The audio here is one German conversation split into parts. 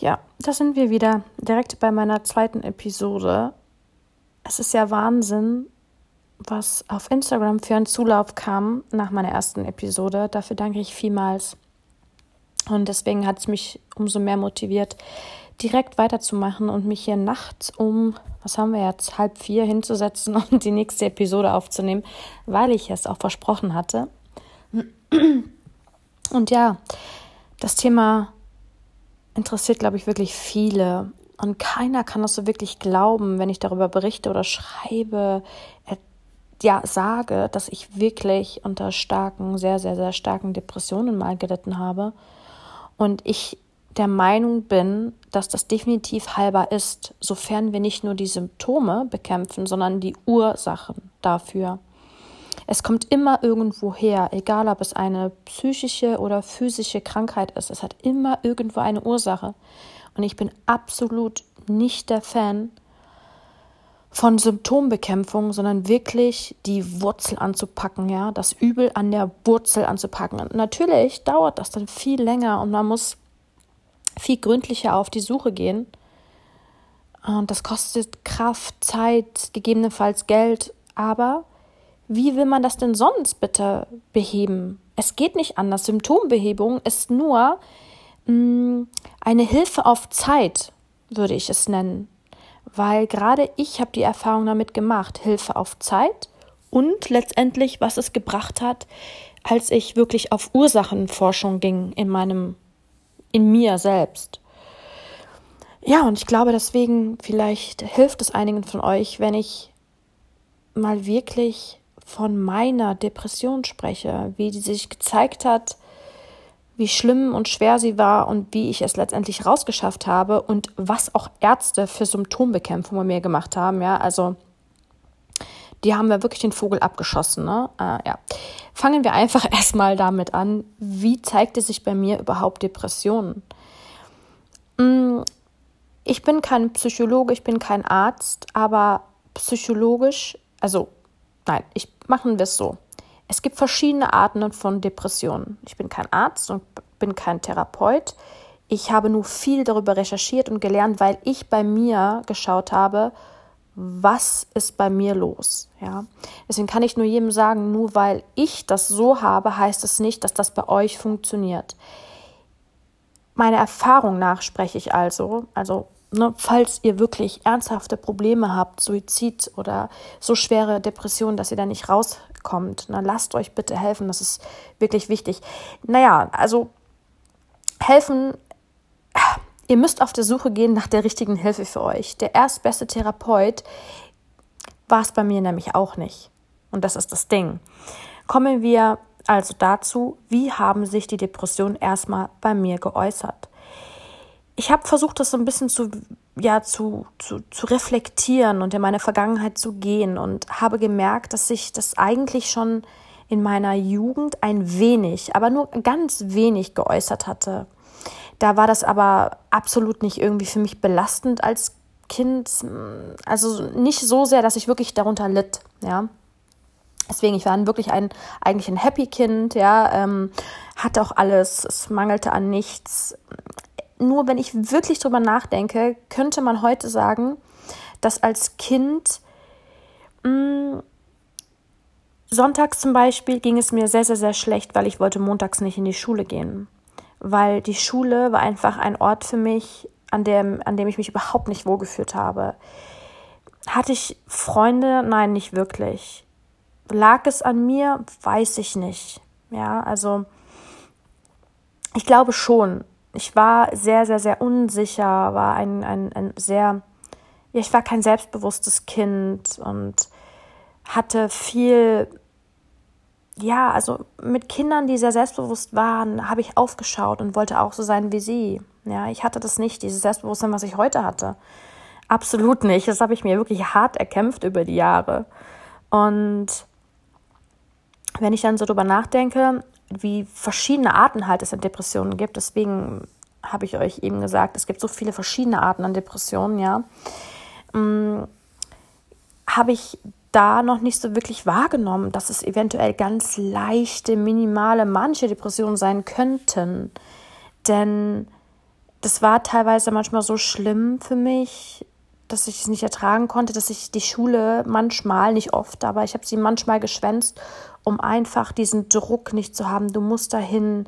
Ja, da sind wir wieder direkt bei meiner zweiten Episode. Es ist ja Wahnsinn, was auf Instagram für einen Zulauf kam nach meiner ersten Episode. Dafür danke ich vielmals. Und deswegen hat es mich umso mehr motiviert, direkt weiterzumachen und mich hier nachts um, 3:30 hinzusetzen und die nächste Episode aufzunehmen, weil ich es auch versprochen hatte. Und ja, das Thema interessiert, glaube ich, wirklich viele. Und keiner kann das so wirklich glauben, wenn ich darüber berichte oder schreibe, sage, dass ich wirklich unter starken, sehr, sehr, sehr starken Depressionen mal gelitten habe. Und ich der Meinung bin, dass das definitiv heilbar ist, sofern wir nicht nur die Symptome bekämpfen, sondern die Ursachen dafür. Es kommt immer irgendwo her, egal ob es eine psychische oder physische Krankheit ist. Es hat immer irgendwo eine Ursache. Und ich bin absolut nicht der Fan von Symptombekämpfung, sondern wirklich die Wurzel anzupacken, ja, das Übel an der Wurzel anzupacken. Und natürlich dauert das dann viel länger und man muss viel gründlicher auf die Suche gehen. Und das kostet Kraft, Zeit, gegebenenfalls Geld. Aber wie will man das denn sonst bitte beheben? Es geht nicht anders. Symptombehebung ist nur eine Hilfe auf Zeit, würde ich es nennen. Weil gerade ich habe die Erfahrung damit gemacht, Hilfe auf Zeit und letztendlich, was es gebracht hat, als ich wirklich auf Ursachenforschung ging in mir selbst. Ja, und ich glaube deswegen, vielleicht hilft es einigen von euch, wenn ich mal wirklich von meiner Depression spreche, wie die sich gezeigt hat, wie schlimm und schwer sie war und wie ich es letztendlich rausgeschafft habe und was auch Ärzte für Symptombekämpfung bei mir gemacht haben. Ja, also die haben mir wirklich den Vogel abgeschossen. Ne? Fangen wir einfach erstmal damit an, wie zeigte sich bei mir überhaupt Depressionen? Ich bin kein Psychologe, ich bin kein Arzt, aber machen wir es so. Es gibt verschiedene Arten von Depressionen. Ich bin kein Arzt und bin kein Therapeut. Ich habe nur viel darüber recherchiert und gelernt, weil ich bei mir geschaut habe, was ist bei mir los. Ja? Deswegen kann ich nur jedem sagen, nur weil ich das so habe, heißt es nicht, dass das bei euch funktioniert. Meiner Erfahrung nach spreche ich also falls ihr wirklich ernsthafte Probleme habt, Suizid oder so schwere Depressionen, dass ihr da nicht rauskommt, lasst euch bitte helfen, das ist wirklich wichtig. Helfen, ihr müsst auf der Suche gehen nach der richtigen Hilfe für euch. Der erstbeste Therapeut war es bei mir nämlich auch nicht. Und das ist das Ding. Kommen wir also dazu, wie haben sich die Depressionen erstmal bei mir geäußert? Ich habe versucht, das so ein bisschen zu reflektieren und in meine Vergangenheit zu gehen und habe gemerkt, dass sich das eigentlich schon in meiner Jugend ein wenig, aber nur ganz wenig geäußert hatte. Da war das aber absolut nicht irgendwie für mich belastend als Kind, also nicht so sehr, dass ich wirklich darunter litt, ja. Deswegen, ich war eigentlich ein Happy Kind, ja, hatte auch alles, es mangelte an nichts. Nur wenn ich wirklich drüber nachdenke, könnte man heute sagen, dass als Kind sonntags zum Beispiel ging es mir sehr, sehr, sehr schlecht, weil ich wollte montags nicht in die Schule gehen. Weil die Schule war einfach ein Ort für mich, an dem ich mich überhaupt nicht wohlgefühlt habe. Hatte ich Freunde? Nein, nicht wirklich. Lag es an mir? Weiß ich nicht. Ja, also ich glaube schon. Ich war sehr, sehr, sehr unsicher, ich war kein selbstbewusstes Kind und hatte viel, mit Kindern, die sehr selbstbewusst waren, habe ich aufgeschaut und wollte auch so sein wie sie. Ja, ich hatte das nicht, dieses Selbstbewusstsein, was ich heute hatte. Absolut nicht. Das habe ich mir wirklich hart erkämpft über die Jahre. Und wenn ich dann so drüber nachdenke, wie verschiedene Arten halt es an Depressionen gibt, deswegen habe ich euch eben gesagt, es gibt so viele verschiedene Arten an Depressionen, ja, habe ich da noch nicht so wirklich wahrgenommen, dass es eventuell ganz leichte, minimale, manche Depressionen sein könnten. Denn das war teilweise manchmal so schlimm für mich, dass ich es nicht ertragen konnte, dass ich die Schule manchmal, nicht oft, aber ich habe sie manchmal geschwänzt, um einfach diesen Druck nicht zu haben. Du musst dahin,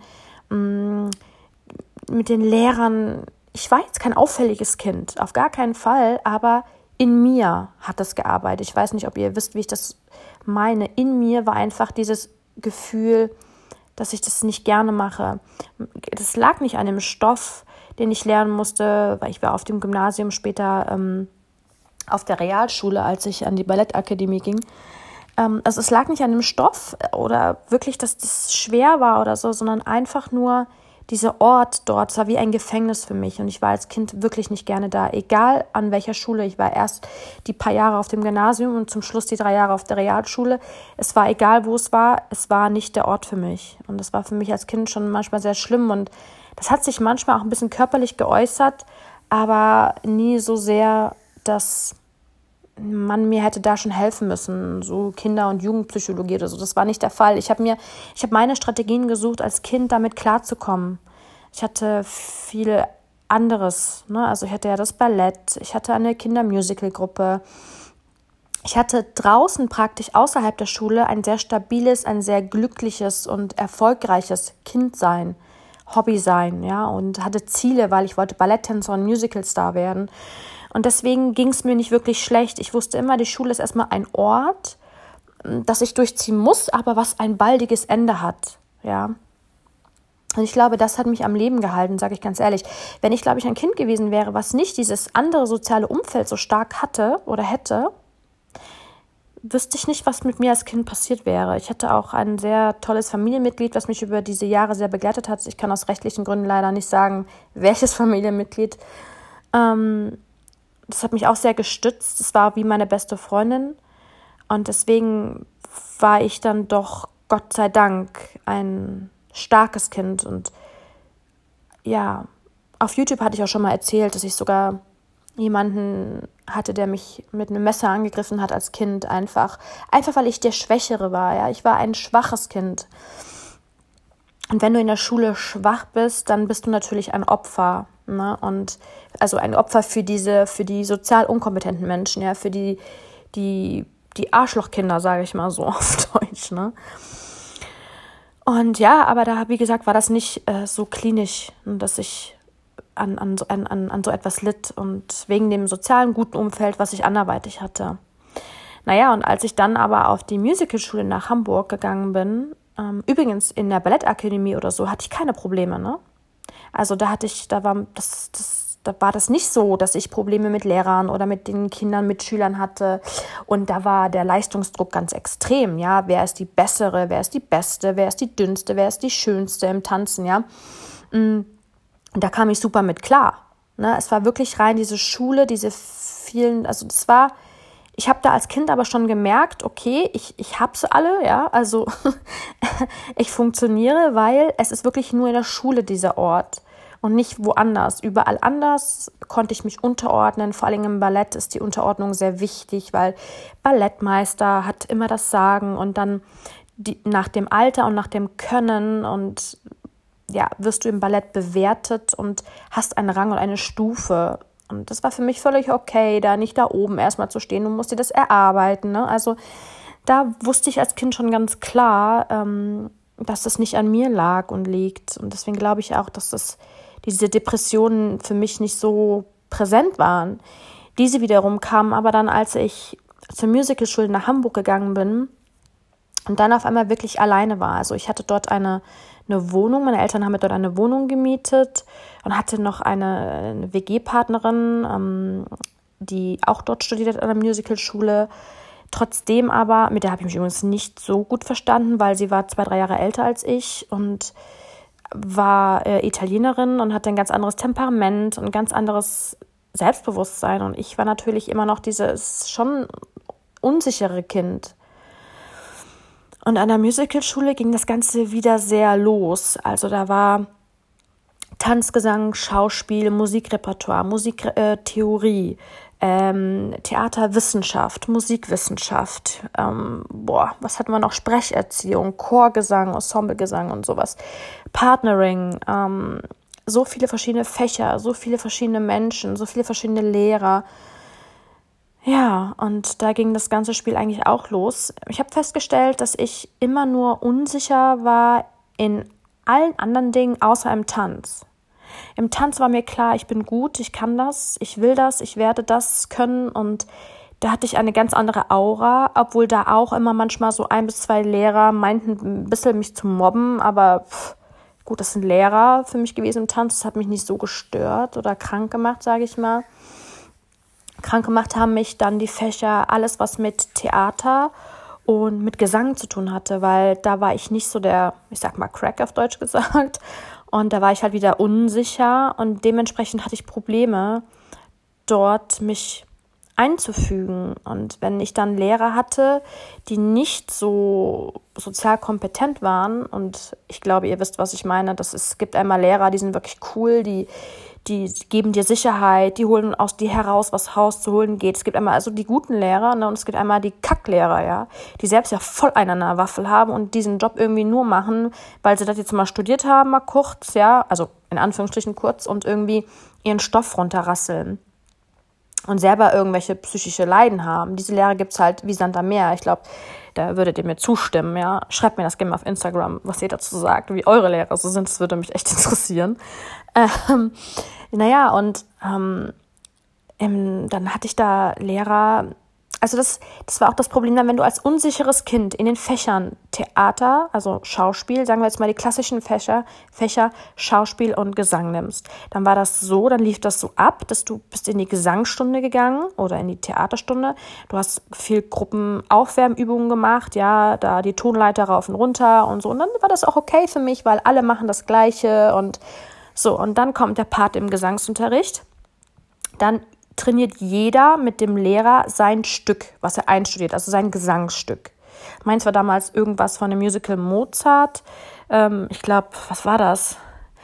mit den Lehrern. Ich war jetzt kein auffälliges Kind, auf gar keinen Fall, aber in mir hat das gearbeitet. Ich weiß nicht, ob ihr wisst, wie ich das meine. In mir war einfach dieses Gefühl, dass ich das nicht gerne mache. Das lag nicht an dem Stoff, den ich lernen musste, weil ich war auf dem Gymnasium, später auf der Realschule, als ich an die Ballettakademie ging. Also es lag nicht an dem Stoff oder wirklich, dass das schwer war oder so, sondern einfach nur dieser Ort dort. Es war wie ein Gefängnis für mich und ich war als Kind wirklich nicht gerne da, egal an welcher Schule. Ich war erst die paar Jahre auf dem Gymnasium und zum Schluss die 3 Jahre auf der Realschule. Es war egal, wo es war nicht der Ort für mich. Und das war für mich als Kind schon manchmal sehr schlimm und das hat sich manchmal auch ein bisschen körperlich geäußert, aber nie so sehr, dass man mir hätte da schon helfen müssen, so Kinder- und Jugendpsychologie oder so. Das war nicht der Fall. Ich habe meine Strategien gesucht, als Kind damit klarzukommen. Ich hatte viel anderes, ne? Also ich hatte ja das Ballett, ich hatte eine Kindermusicalgruppe. Ich hatte draußen praktisch außerhalb der Schule ein sehr stabiles, ein sehr glückliches und erfolgreiches Kindsein, Hobby sein, ja, und hatte Ziele, weil ich wollte Balletttänzer und Musicalstar werden. Und deswegen ging es mir nicht wirklich schlecht. Ich wusste immer, die Schule ist erstmal ein Ort, das ich durchziehen muss, aber was ein baldiges Ende hat. Ja. Und ich glaube, das hat mich am Leben gehalten, sage ich ganz ehrlich. Wenn ich, glaube ich, ein Kind gewesen wäre, was nicht dieses andere soziale Umfeld so stark hatte oder hätte, wüsste ich nicht, was mit mir als Kind passiert wäre. Ich hatte auch ein sehr tolles Familienmitglied, was mich über diese Jahre sehr begleitet hat. Ich kann aus rechtlichen Gründen leider nicht sagen, welches Familienmitglied. Das hat mich auch sehr gestützt. Das war wie meine beste Freundin. Und deswegen war ich dann doch, Gott sei Dank, ein starkes Kind. Und ja, auf YouTube hatte ich auch schon mal erzählt, dass ich sogar jemanden hatte, der mich mit einem Messer angegriffen hat als Kind. Einfach weil ich der Schwächere war. Ja? Ich war ein schwaches Kind. Und wenn du in der Schule schwach bist, dann bist du natürlich ein Opfer. Ne? Und also ein Opfer für die sozial unkompetenten Menschen, ja, für die Arschlochkinder, sage ich mal so auf Deutsch. Ne? Und ja, aber da, wie gesagt, war das nicht so klinisch, dass ich an so etwas litt und wegen dem sozialen guten Umfeld, was ich anderweitig hatte. Naja, und als ich dann aber auf die Musicalschule nach Hamburg gegangen bin, übrigens in der Ballettakademie oder so, hatte ich keine Probleme, ne? Also da war das nicht so, dass ich Probleme mit Lehrern oder mit den Kindern, Mitschülern hatte. Und da war der Leistungsdruck ganz extrem, ja. Wer ist die Bessere, wer ist die Beste, wer ist die Dünnste, wer ist die Schönste im Tanzen, ja. Und da kam ich super mit klar. Ne? Es war wirklich rein diese Schule, diese vielen, also das war, ich habe da als Kind aber schon gemerkt, okay, ich habe sie alle, ja, also ich funktioniere, weil es ist wirklich nur in der Schule dieser Ort und nicht woanders. Überall anders konnte ich mich unterordnen, vor allem im Ballett ist die Unterordnung sehr wichtig, weil Ballettmeister hat immer das Sagen und dann nach dem Alter und nach dem Können und ja, wirst du im Ballett bewertet und hast einen Rang und eine Stufe. Und das war für mich völlig okay, da nicht da oben erstmal zu stehen. Du musst dir das erarbeiten. Ne? Also da wusste ich als Kind schon ganz klar, dass das nicht an mir lag und liegt. Und deswegen glaube ich auch, dass diese Depressionen für mich nicht so präsent waren. Diese wiederum kamen aber dann, als ich zur Musicalschule nach Hamburg gegangen bin und dann auf einmal wirklich alleine war. Also ich hatte dort eine Wohnung, meine Eltern haben mir dort eine Wohnung gemietet und hatte noch eine WG-Partnerin, die auch dort studiert hat an der Musicalschule. Trotzdem aber, mit der habe ich mich übrigens nicht so gut verstanden, weil sie war 2-3 Jahre älter als ich und war Italienerin und hatte ein ganz anderes Temperament und ein ganz anderes Selbstbewusstsein. Und ich war natürlich immer noch dieses schon unsichere Kind. Und an der Musicalschule ging das Ganze wieder sehr los. Also da war Tanzgesang, Schauspiel, Musikrepertoire, Musiktheorie, Theaterwissenschaft, Musikwissenschaft, was hatten wir noch? Sprecherziehung, Chorgesang, Ensemblegesang und sowas, Partnering, so viele verschiedene Fächer, so viele verschiedene Menschen, so viele verschiedene Lehrer. Ja, und da ging das ganze Spiel eigentlich auch los. Ich habe festgestellt, dass ich immer nur unsicher war in allen anderen Dingen, außer im Tanz. Im Tanz war mir klar, ich bin gut, ich kann das, ich will das, ich werde das können, und da hatte ich eine ganz andere Aura, obwohl da auch immer manchmal so 1 bis 2 Lehrer meinten, ein bisschen mich zu mobben, aber gut, das sind Lehrer für mich gewesen im Tanz, das hat mich nicht so gestört oder krank gemacht, sage ich mal. Krank gemacht haben mich dann die Fächer, alles was mit Theater und mit Gesang zu tun hatte, weil da war ich nicht so der, ich sag mal Crack auf Deutsch gesagt, und da war ich halt wieder unsicher und dementsprechend hatte ich Probleme, dort mich einzufügen. Und wenn ich dann Lehrer hatte, die nicht so sozial kompetent waren, und ich glaube, ihr wisst, was ich meine, es gibt einmal Lehrer, die sind wirklich cool, die geben dir Sicherheit, die holen aus dir heraus, was rauszuholen geht. Es gibt einmal also die guten Lehrer, ne, und es gibt einmal die Kacklehrer, ja, die selbst ja voll einen an der Waffel haben und diesen Job irgendwie nur machen, weil sie das jetzt mal studiert haben, mal kurz, ja, also in Anführungsstrichen kurz, und irgendwie ihren Stoff runterrasseln und selber irgendwelche psychische Leiden haben. Diese Lehrer gibt's halt wie Sand am Meer. Ich glaube, da würdet ihr mir zustimmen, ja. Schreibt mir das gerne mal auf Instagram, was ihr dazu sagt, wie eure Lehrer so sind. Das würde mich echt interessieren. Naja, und dann hatte ich da Lehrer, also das war auch das Problem dann, wenn du als unsicheres Kind in den Fächern Theater, also Schauspiel, sagen wir jetzt mal die klassischen Fächer Schauspiel und Gesang nimmst, dann war das so, dann lief das so ab, dass du bist in die Gesangsstunde gegangen oder in die Theaterstunde, du hast viel Gruppenaufwärmübungen gemacht, ja, da die Tonleiter rauf und runter und so, und dann war das auch okay für mich, weil alle machen das Gleiche und so, und dann kommt der Part im Gesangsunterricht, dann trainiert jeder mit dem Lehrer sein Stück, was er einstudiert, also sein Gesangsstück. Meins war damals irgendwas von dem Musical Mozart. Ich glaube, was war das?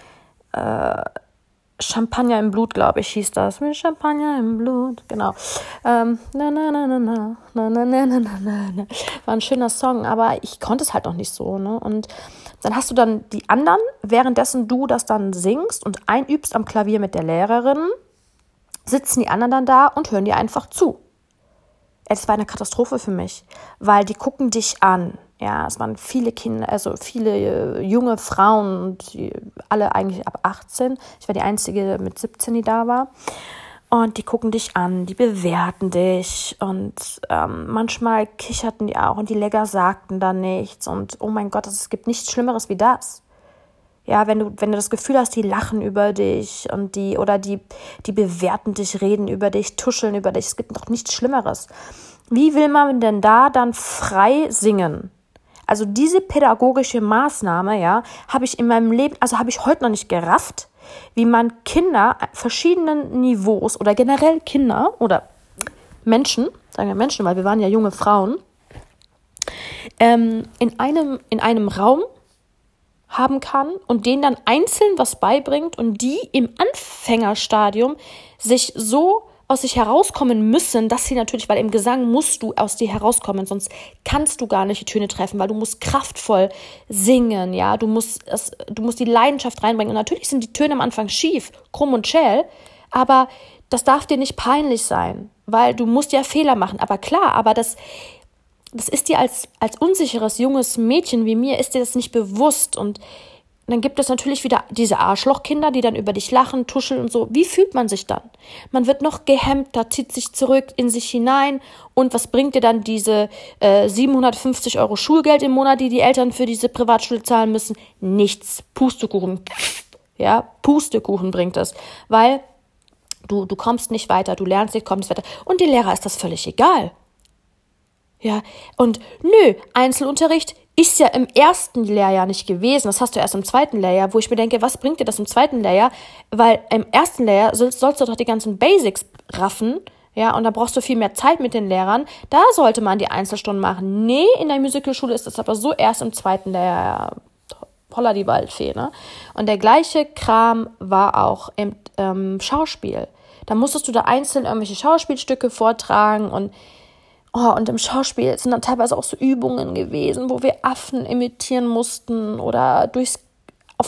Champagner im Blut, glaube ich, hieß das. Mit Champagner im Blut, genau. Na, na, na, na, na, na, na, na, na, na, na. War ein schöner Song, aber ich konnte es halt noch nicht so, ne? Und dann hast du dann die anderen, währenddessen du das dann singst und einübst am Klavier mit der Lehrerin, sitzen die anderen dann da und hören dir einfach zu. Es war eine Katastrophe für mich, weil die gucken dich an. Ja, es waren viele Kinder, also viele junge Frauen, und alle eigentlich ab 18. Ich war die Einzige mit 17, die da war. Und die gucken dich an, die bewerten dich, und manchmal kicherten die auch und die Lehrer sagten da nichts. Und oh mein Gott, es gibt nichts Schlimmeres wie das. Ja, wenn du das Gefühl hast, die lachen über dich und die bewerten dich, reden über dich, tuscheln über dich. Es gibt noch nichts Schlimmeres. Wie will man denn da dann frei singen? Also diese pädagogische Maßnahme, ja, habe ich in meinem Leben, also habe ich heute noch nicht gerafft, wie man Kinder verschiedenen Niveaus oder generell Kinder oder Menschen, sagen wir Menschen, weil wir waren ja junge Frauen, in einem Raum haben kann und denen dann einzeln was beibringt und die im Anfängerstadium sich so aus sich herauskommen müssen, dass sie natürlich, weil im Gesang musst du aus dir herauskommen, sonst kannst du gar nicht die Töne treffen, weil du musst kraftvoll singen, ja, du musst die Leidenschaft reinbringen, und natürlich sind die Töne am Anfang schief, krumm und schäl, aber das darf dir nicht peinlich sein, weil du musst ja Fehler machen, aber klar, aber das ist dir als unsicheres, junges Mädchen wie mir, ist dir das nicht bewusst. Und dann gibt es natürlich wieder diese Arschlochkinder, die dann über dich lachen, tuscheln und so. Wie fühlt man sich dann? Man wird noch gehemmter, zieht sich zurück in sich hinein. Und was bringt dir dann diese 750 € Schulgeld im Monat, die Eltern für diese Privatschule zahlen müssen? Nichts. Pustekuchen. Ja, Pustekuchen bringt es. Weil du kommst nicht weiter, du lernst nicht, kommst nicht weiter. Und den Lehrer ist das völlig egal. Ja, und Einzelunterricht ist ja im ersten Lehrjahr nicht gewesen. Das hast du erst im zweiten Lehrjahr, wo ich mir denke, was bringt dir das im zweiten Lehrjahr? Weil im ersten Lehrjahr sollst du doch die ganzen Basics raffen, ja, und da brauchst du viel mehr Zeit mit den Lehrern. Da sollte man die Einzelstunden machen. Nee, in der Musicalschule ist das aber so erst im zweiten Lehrjahr. Holla die Waldfee, ne? Und der gleiche Kram war auch im Schauspiel. Da musstest du da einzeln irgendwelche Schauspielstücke vortragen und im Schauspiel sind dann teilweise auch so Übungen gewesen, wo wir Affen imitieren mussten oder auf so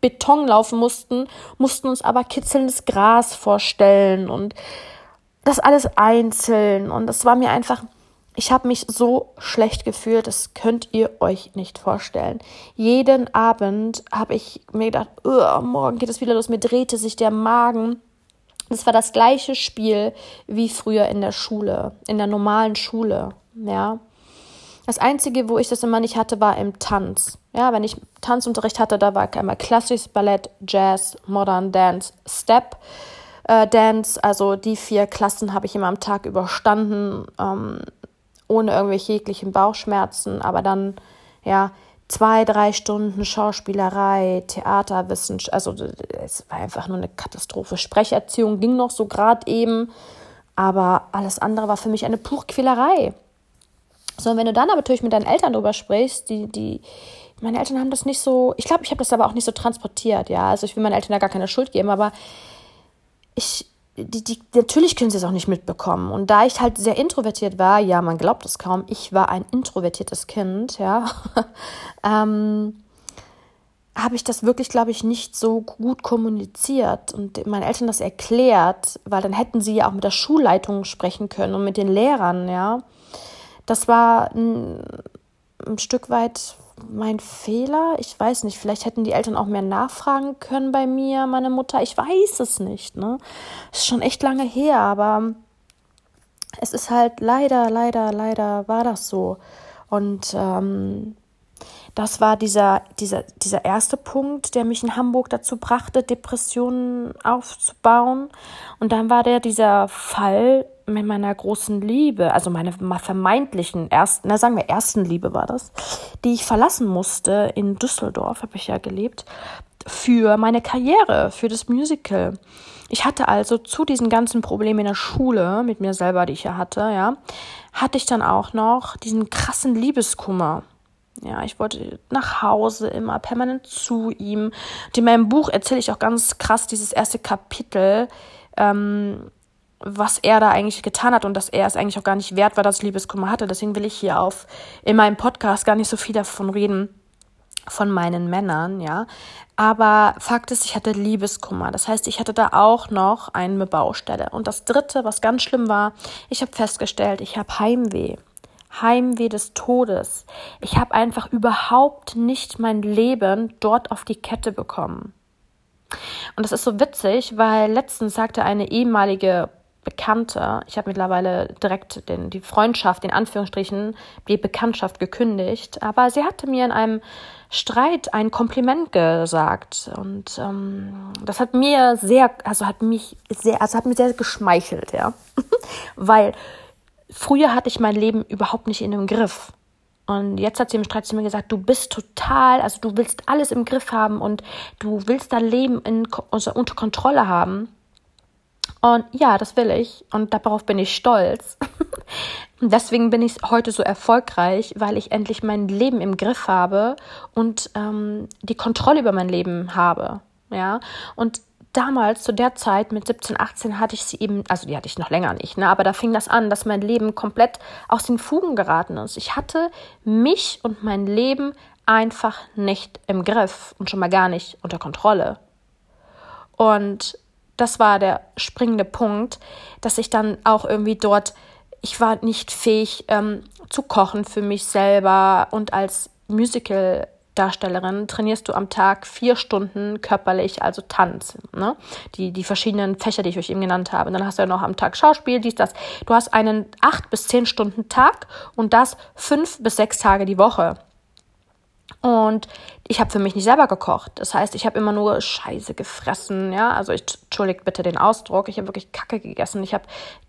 Beton laufen mussten uns aber kitzelndes Gras vorstellen und das alles einzeln. Und das war mir einfach, ich habe mich so schlecht gefühlt, das könnt ihr euch nicht vorstellen. Jeden Abend habe ich mir gedacht, morgen geht es wieder los, mir drehte sich der Magen. Das war das gleiche Spiel wie früher in der Schule, in der normalen Schule, ja. Das Einzige, wo ich das immer nicht hatte, war im Tanz. Ja, wenn ich Tanzunterricht hatte, da war einmal klassisches Ballett, Jazz, Modern Dance, Step Dance. Also die 4 Klassen habe ich immer am Tag überstanden, ohne irgendwelche jeglichen Bauchschmerzen. Aber dann, 2-3 Stunden Schauspielerei, Theaterwissenschaft, also es war einfach nur eine Katastrophe. Sprecherziehung ging noch so gerade eben, aber alles andere war für mich eine pure Quälerei. So, und wenn du dann aber natürlich mit deinen Eltern drüber sprichst, meine Eltern haben das nicht so, ich glaube, ich habe das aber auch nicht so transportiert, ja, also ich will meinen Eltern da gar keine Schuld geben, aber natürlich können sie es auch nicht mitbekommen. Und da ich halt sehr introvertiert war, ja, man glaubt es kaum, ich war ein introvertiertes Kind, ja, habe ich das wirklich, glaube ich, nicht so gut kommuniziert und meinen Eltern das erklärt, weil dann hätten sie ja auch mit der Schulleitung sprechen können und mit den Lehrern, ja. Das war ein Stück weit mein Fehler. Ich weiß nicht, vielleicht hätten die Eltern auch mehr nachfragen können bei mir, meine Mutter. Ich weiß es nicht, ne? Ist schon echt lange her, aber es ist halt leider war das so. Und das war dieser erste Punkt, der mich in Hamburg dazu brachte, Depressionen aufzubauen. Und dann war dieser Fall mit meiner großen Liebe, also meiner vermeintlichen ersten Liebe war das, die ich verlassen musste in Düsseldorf, habe ich ja gelebt, für meine Karriere, für das Musical. Ich hatte also zu diesen ganzen Problemen in der Schule mit mir selber, die ich ja hatte, hatte ich dann auch noch diesen krassen Liebeskummer. Ja, ich wollte nach Hause immer permanent zu ihm. Und in meinem Buch erzähle ich auch ganz krass dieses erste Kapitel, was er da eigentlich getan hat und dass er es eigentlich auch gar nicht wert war, dass ich Liebeskummer hatte. Deswegen will ich hier in meinem Podcast gar nicht so viel davon reden, von meinen Männern, ja. Aber Fakt ist, ich hatte Liebeskummer. Das heißt, ich hatte da auch noch eine Baustelle. Und das Dritte, was ganz schlimm war, ich habe festgestellt, ich habe Heimweh. Heimweh des Todes. Ich habe einfach überhaupt nicht mein Leben dort auf die Kette bekommen. Und das ist so witzig, weil letztens sagte eine ehemalige Bekannte, ich habe mittlerweile direkt die Freundschaft, in Anführungsstrichen, die Bekanntschaft gekündigt, aber sie hatte mir in einem Streit ein Kompliment gesagt und das hat mir hat mich sehr geschmeichelt, ja, weil früher hatte ich mein Leben überhaupt nicht in dem Griff. Und jetzt hat sie im Streit zu mir gesagt, du bist also du willst alles im Griff haben und du willst dein Leben unter Kontrolle haben. Und ja, das will ich und darauf bin ich stolz. Und deswegen bin ich heute so erfolgreich, weil ich endlich mein Leben im Griff habe und die Kontrolle über mein Leben habe. Ja, und damals, zu der Zeit mit 17, 18 hatte ich sie eben, also die hatte ich noch länger nicht, ne? Aber da fing das an, dass mein Leben komplett aus den Fugen geraten ist. Ich hatte mich und mein Leben einfach nicht im Griff und schon mal gar nicht unter Kontrolle. Und das war der springende Punkt, dass ich dann auch irgendwie ich war nicht fähig zu kochen für mich selber und als Musical-Darstellerin trainierst du am Tag 4 Stunden körperlich, also Tanz, ne? Die verschiedenen Fächer, die ich euch eben genannt habe. Und dann hast du ja noch am Tag Schauspiel, dies, das. Du hast einen 8 bis 10 Stunden Tag und das 5 bis 6 Tage die Woche. Und ich habe für mich nicht selber gekocht. Das heißt, ich habe immer nur Scheiße gefressen, ja. Also entschuldigt bitte den Ausdruck. Ich habe wirklich Kacke gegessen. Ich habe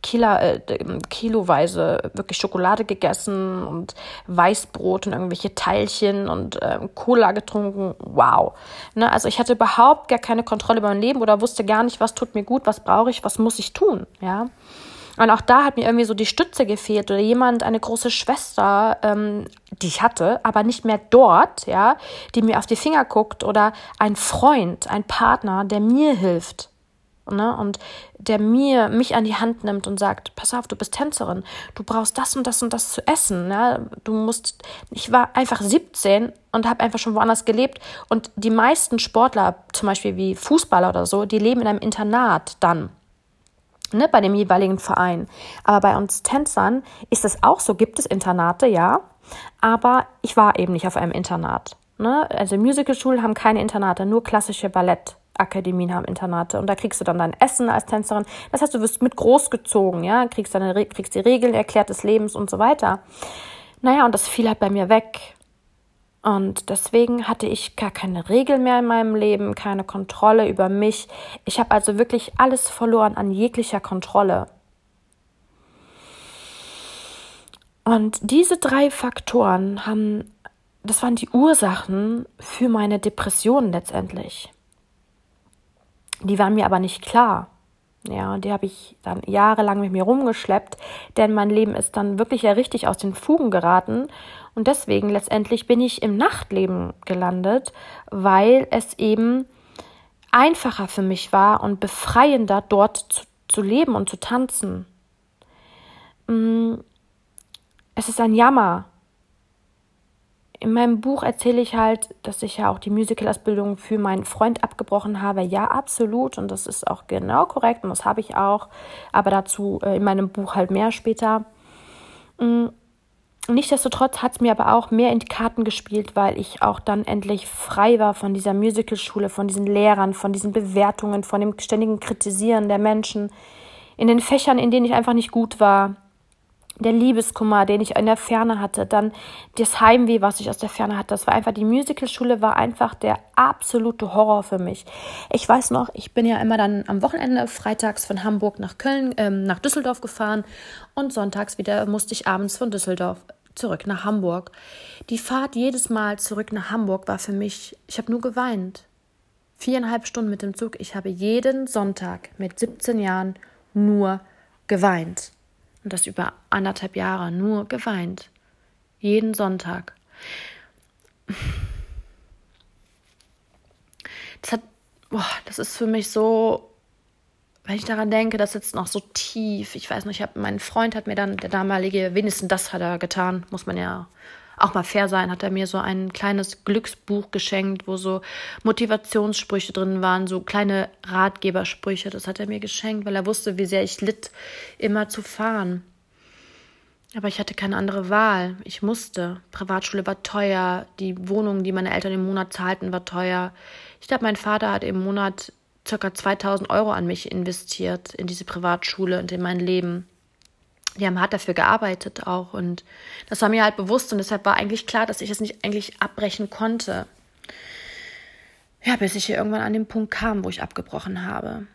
kiloweise wirklich Schokolade gegessen und Weißbrot und irgendwelche Teilchen und Cola getrunken. Wow. Ne? Also ich hatte überhaupt gar keine Kontrolle über mein Leben oder wusste gar nicht, was tut mir gut, was brauche ich, was muss ich tun, ja. Und auch da hat mir irgendwie so die Stütze gefehlt oder eine große Schwester, die ich hatte, aber nicht mehr dort, ja, die mir auf die Finger guckt oder ein Freund, ein Partner, der mir hilft. ne? Und der mich an die Hand nimmt und sagt, pass auf, du bist Tänzerin, du brauchst das und das und das zu essen. Ne? Ich war einfach 17 und habe einfach schon woanders gelebt. Und die meisten Sportler, zum Beispiel wie Fußballer oder so, die leben in einem Internat dann, ne, bei dem jeweiligen Verein. Aber bei uns Tänzern ist es auch so, gibt es Internate, ja, aber ich war eben nicht auf einem Internat. Ne? Also Musicalschulen haben keine Internate, nur klassische Ballettakademien haben Internate und da kriegst du dann dein Essen als Tänzerin. Das heißt, du wirst mit großgezogen, ja, kriegst die Regeln erklärt des Lebens und so weiter. Naja, und das fiel halt bei mir weg. Und deswegen hatte ich gar keine Regeln mehr in meinem Leben, keine Kontrolle über mich. Ich habe also wirklich alles verloren an jeglicher Kontrolle. Und diese 3 Faktoren das waren die Ursachen für meine Depressionen letztendlich. Die waren mir aber nicht klar. Ja, die habe ich dann jahrelang mit mir rumgeschleppt, denn mein Leben ist dann wirklich ja richtig aus den Fugen geraten. Und deswegen letztendlich bin ich im Nachtleben gelandet, weil es eben einfacher für mich war und befreiender, dort zu leben und zu tanzen. Es ist ein Jammer. In meinem Buch erzähle ich halt, dass ich ja auch die Musical-Ausbildung für meinen Freund abgebrochen habe. Ja, absolut. Und das ist auch genau korrekt und das habe ich auch. Aber dazu in meinem Buch halt mehr später. Nichtsdestotrotz hat es mir aber auch mehr in die Karten gespielt, weil ich auch dann endlich frei war von dieser Musicalschule, von diesen Lehrern, von diesen Bewertungen, von dem ständigen Kritisieren der Menschen in den Fächern, in denen ich einfach nicht gut war. Der Liebeskummer, den ich in der Ferne hatte, dann das Heimweh, was ich aus der Ferne hatte. Das war einfach, die Musicalschule war einfach der absolute Horror für mich. Ich weiß noch, ich bin ja immer dann am Wochenende freitags von Hamburg nach nach Düsseldorf gefahren und sonntags wieder musste ich abends von Düsseldorf zurück nach Hamburg. Die Fahrt jedes Mal zurück nach Hamburg war für mich, ich habe nur geweint. 4,5 Stunden mit dem Zug. Ich habe jeden Sonntag mit 17 Jahren nur geweint. Und das über 1,5 Jahre nur geweint. Jeden Sonntag. Das ist für mich so, wenn ich daran denke, das sitzt noch so tief. Ich weiß nicht, mein Freund hat mir dann, der damalige, wenigstens das hat er getan, muss man ja auch mal fair sein, hat er mir so ein kleines Glücksbuch geschenkt, wo so Motivationssprüche drin waren, so kleine Ratgebersprüche. Das hat er mir geschenkt, weil er wusste, wie sehr ich litt, immer zu fahren. Aber ich hatte keine andere Wahl. Ich musste. Privatschule war teuer. Die Wohnung, die meine Eltern im Monat zahlten, war teuer. Ich glaube, mein Vater hat im Monat ca. 2.000 Euro an mich investiert, in diese Privatschule und in mein Leben. Die haben hart dafür gearbeitet auch und das war mir halt bewusst und deshalb war eigentlich klar, dass ich es nicht eigentlich abbrechen konnte. Ja, bis ich hier irgendwann an den Punkt kam, wo ich abgebrochen habe.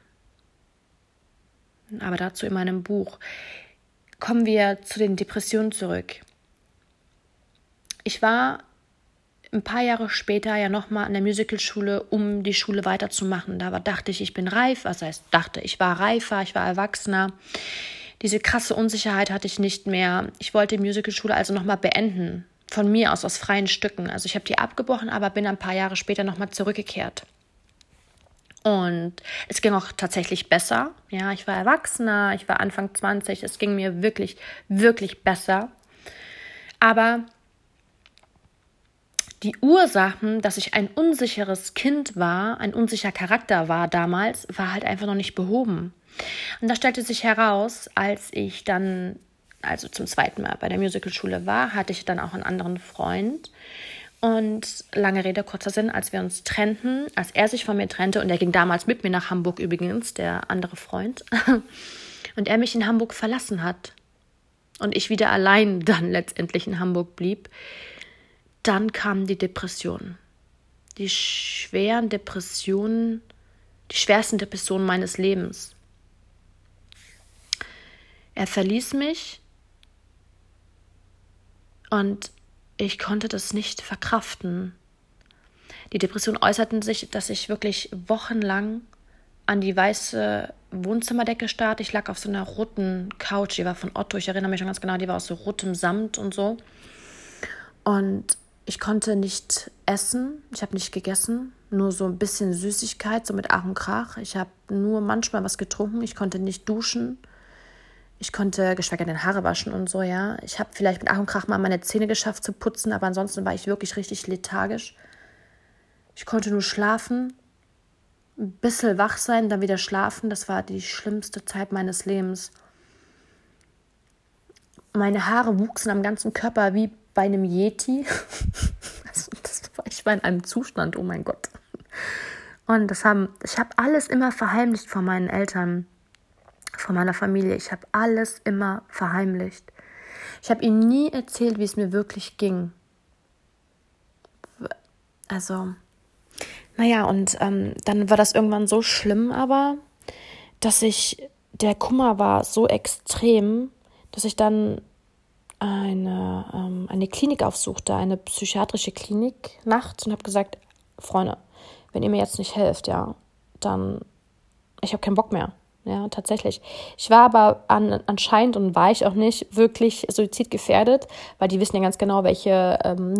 Aber dazu in meinem Buch. Kommen wir zu den Depressionen zurück. Ich war ein paar Jahre später ja nochmal an der Musicalschule, um die Schule weiterzumachen. Da dachte ich bin reif. Was heißt dachte? Ich war reifer, ich war erwachsener. Diese krasse Unsicherheit hatte ich nicht mehr. Ich wollte die Musicalschule also nochmal beenden. Von mir aus freien Stücken. Also ich habe die abgebrochen, aber bin ein paar Jahre später nochmal zurückgekehrt. Und es ging auch tatsächlich besser. Ja, ich war erwachsener, ich war Anfang 20. Es ging mir wirklich, wirklich besser. Aber die Ursachen, dass ich ein unsicheres Kind war, ein unsicherer Charakter war damals, war halt einfach noch nicht behoben. Und das stellte sich heraus, als ich dann, also zum 2. Mal bei der Musicalschule war, hatte ich dann auch einen anderen Freund. Und lange Rede, kurzer Sinn, als wir uns trennten, als er sich von mir trennte, und er ging damals mit mir nach Hamburg übrigens, der andere Freund, und er mich in Hamburg verlassen hat und ich wieder allein dann letztendlich in Hamburg blieb, dann kamen die Depressionen. Die schwersten Depressionen meines Lebens. Er verließ mich und ich konnte das nicht verkraften. Die Depressionen äußerten sich, dass ich wirklich wochenlang an die weiße Wohnzimmerdecke starrte. Ich lag auf so einer roten Couch, die war von Otto, ich erinnere mich schon ganz genau, die war aus so rotem Samt und so. Und Ich konnte nicht essen, ich habe nicht gegessen, nur so ein bisschen Süßigkeit, so mit Ach und Krach. Ich habe nur manchmal was getrunken, ich konnte nicht duschen. Ich konnte geschweige denn Haare waschen und so, ja. Ich habe vielleicht mit Ach und Krach mal meine Zähne geschafft zu putzen, aber ansonsten war ich wirklich richtig lethargisch. Ich konnte nur schlafen, ein bisschen wach sein, dann wieder schlafen. Das war die schlimmste Zeit meines Lebens. Meine Haare wuchsen am ganzen Körper wie bei einem Yeti. Ich war in einem Zustand, oh mein Gott. Und ich habe alles immer verheimlicht vor meinen Eltern, vor meiner Familie. Ich habe alles immer verheimlicht. Ich habe ihnen nie erzählt, wie es mir wirklich ging. Also, naja, und dann war das irgendwann so schlimm, aber der Kummer war so extrem, dass ich dann eine Klinik aufsuchte, eine psychiatrische Klinik nachts und habe gesagt, Freunde, wenn ihr mir jetzt nicht helft, ja, dann, ich habe keinen Bock mehr. Ja, tatsächlich. Ich war aber anscheinend und war ich auch nicht wirklich suizidgefährdet, weil die wissen ja ganz genau, welche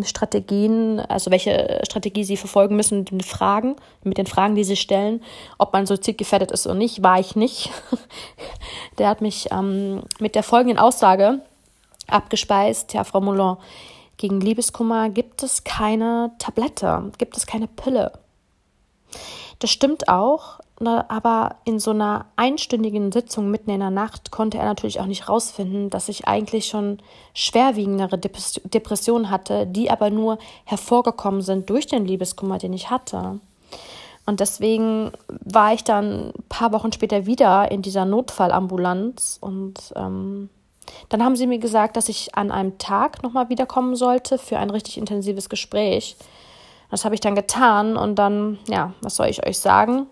welche Strategie sie verfolgen müssen mit den Fragen, die sie stellen, ob man suizidgefährdet ist oder nicht, war ich nicht. Der hat mich mit der folgenden Aussage abgespeist, ja, Frau Moulin, gegen Liebeskummer gibt es keine Tablette, gibt es keine Pille. Das stimmt auch, aber in so einer einstündigen Sitzung mitten in der Nacht konnte er natürlich auch nicht rausfinden, dass ich eigentlich schon schwerwiegendere Depressionen hatte, die aber nur hervorgekommen sind durch den Liebeskummer, den ich hatte. Und deswegen war ich dann ein paar Wochen später wieder in dieser Notfallambulanz und dann haben sie mir gesagt, dass ich an einem Tag nochmal wiederkommen sollte für ein richtig intensives Gespräch. Das habe ich dann getan und dann, ja, was soll ich euch sagen?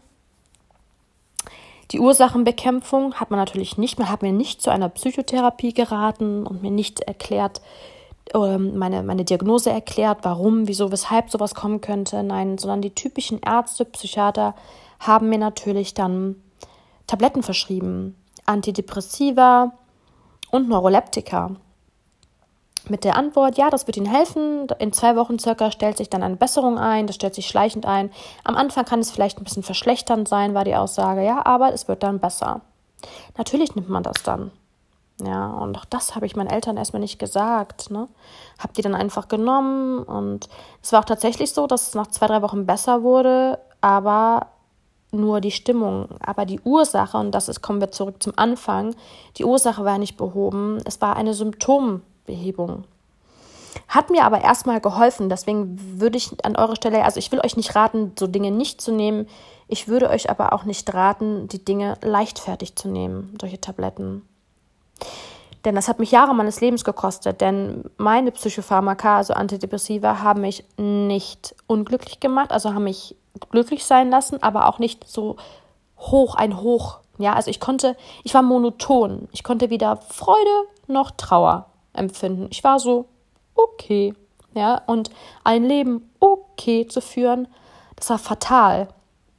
Die Ursachenbekämpfung hat mir nicht zu einer Psychotherapie geraten und mir nicht erklärt, meine Diagnose erklärt, warum, wieso, weshalb sowas kommen könnte. Nein, sondern die typischen Ärzte, Psychiater haben mir natürlich dann Tabletten verschrieben, Antidepressiva und Neuroleptika. Mit der Antwort, ja, das wird Ihnen helfen. In 2 Wochen circa stellt sich dann eine Besserung ein. Das stellt sich schleichend ein. Am Anfang kann es vielleicht ein bisschen verschlechternd sein, war die Aussage. Ja, aber es wird dann besser. Natürlich nimmt man das dann. Ja, und auch das habe ich meinen Eltern erstmal nicht gesagt. Ne? Habe die dann einfach genommen. Und es war auch tatsächlich so, dass es nach 2-3 Wochen besser wurde, aber nur die Stimmung. Aber die Ursache, und kommen wir zurück zum Anfang, die Ursache war nicht behoben. Es war eine Symptombehebung. Hat mir aber erstmal geholfen, deswegen würde ich an eurer Stelle, also ich will euch nicht raten, so Dinge nicht zu nehmen, ich würde euch aber auch nicht raten, die Dinge leichtfertig zu nehmen, solche Tabletten. Denn das hat mich Jahre meines Lebens gekostet, denn meine Psychopharmaka, also Antidepressiva, haben mich nicht unglücklich gemacht, also haben mich glücklich sein lassen, aber auch nicht so ein Hoch. Ja, also ich war monoton, ich konnte weder Freude noch Trauer empfinden. Ich war so, okay, ja, und ein Leben okay zu führen, das war fatal.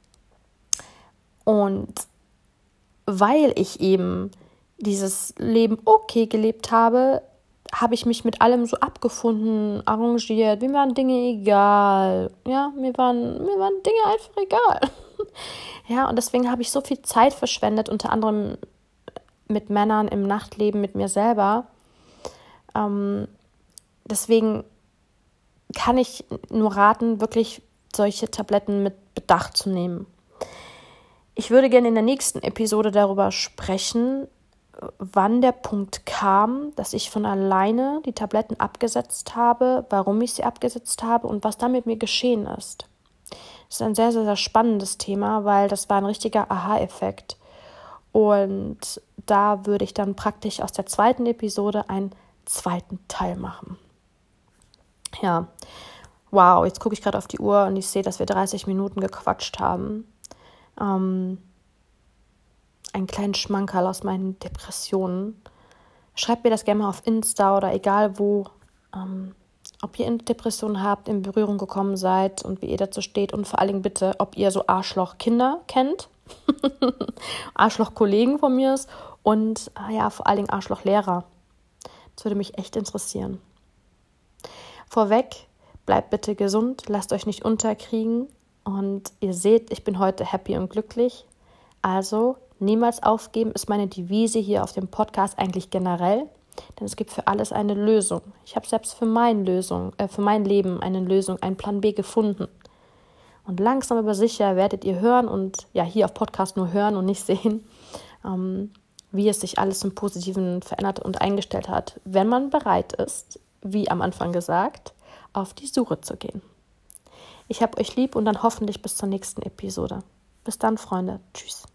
Und weil ich eben dieses Leben okay gelebt habe, habe ich mich mit allem so abgefunden, arrangiert. Mir waren Dinge egal. Ja, mir waren Dinge einfach egal. Ja, und deswegen habe ich so viel Zeit verschwendet, unter anderem mit Männern im Nachtleben, mit mir selber. Deswegen kann ich nur raten, wirklich solche Tabletten mit Bedacht zu nehmen. Ich würde gerne in der nächsten Episode darüber sprechen, wann der Punkt kam, dass ich von alleine die Tabletten abgesetzt habe, warum ich sie abgesetzt habe und was dann mit mir geschehen ist. Das ist ein sehr, sehr, sehr spannendes Thema, weil das war ein richtiger Aha-Effekt. Und da würde ich dann praktisch aus der zweiten Episode einen zweiten Teil machen. Ja, wow, jetzt gucke ich gerade auf die Uhr und ich sehe, dass wir 30 Minuten gequatscht haben. Einen kleinen Schmankerl aus meinen Depressionen. Schreibt mir das gerne mal auf Insta oder egal wo, ob ihr Depressionen habt, in Berührung gekommen seid und wie ihr dazu steht und vor allen Dingen bitte, ob ihr so Arschloch-Kinder kennt, Arschloch-Kollegen von mir ist und vor allen Dingen Arschloch-Lehrer. Das würde mich echt interessieren. Vorweg, bleibt bitte gesund, lasst euch nicht unterkriegen und ihr seht, ich bin heute happy und glücklich. Also niemals aufgeben ist meine Devise hier auf dem Podcast eigentlich generell, denn es gibt für alles eine Lösung. Ich habe selbst für mein Leben eine Lösung, einen Plan B gefunden. Und langsam aber sicher werdet ihr hören und ja, hier auf Podcast nur hören und nicht sehen, wie es sich alles zum Positiven verändert und eingestellt hat, wenn man bereit ist, wie am Anfang gesagt, auf die Suche zu gehen. Ich hab euch lieb und dann hoffentlich bis zur nächsten Episode. Bis dann, Freunde. Tschüss.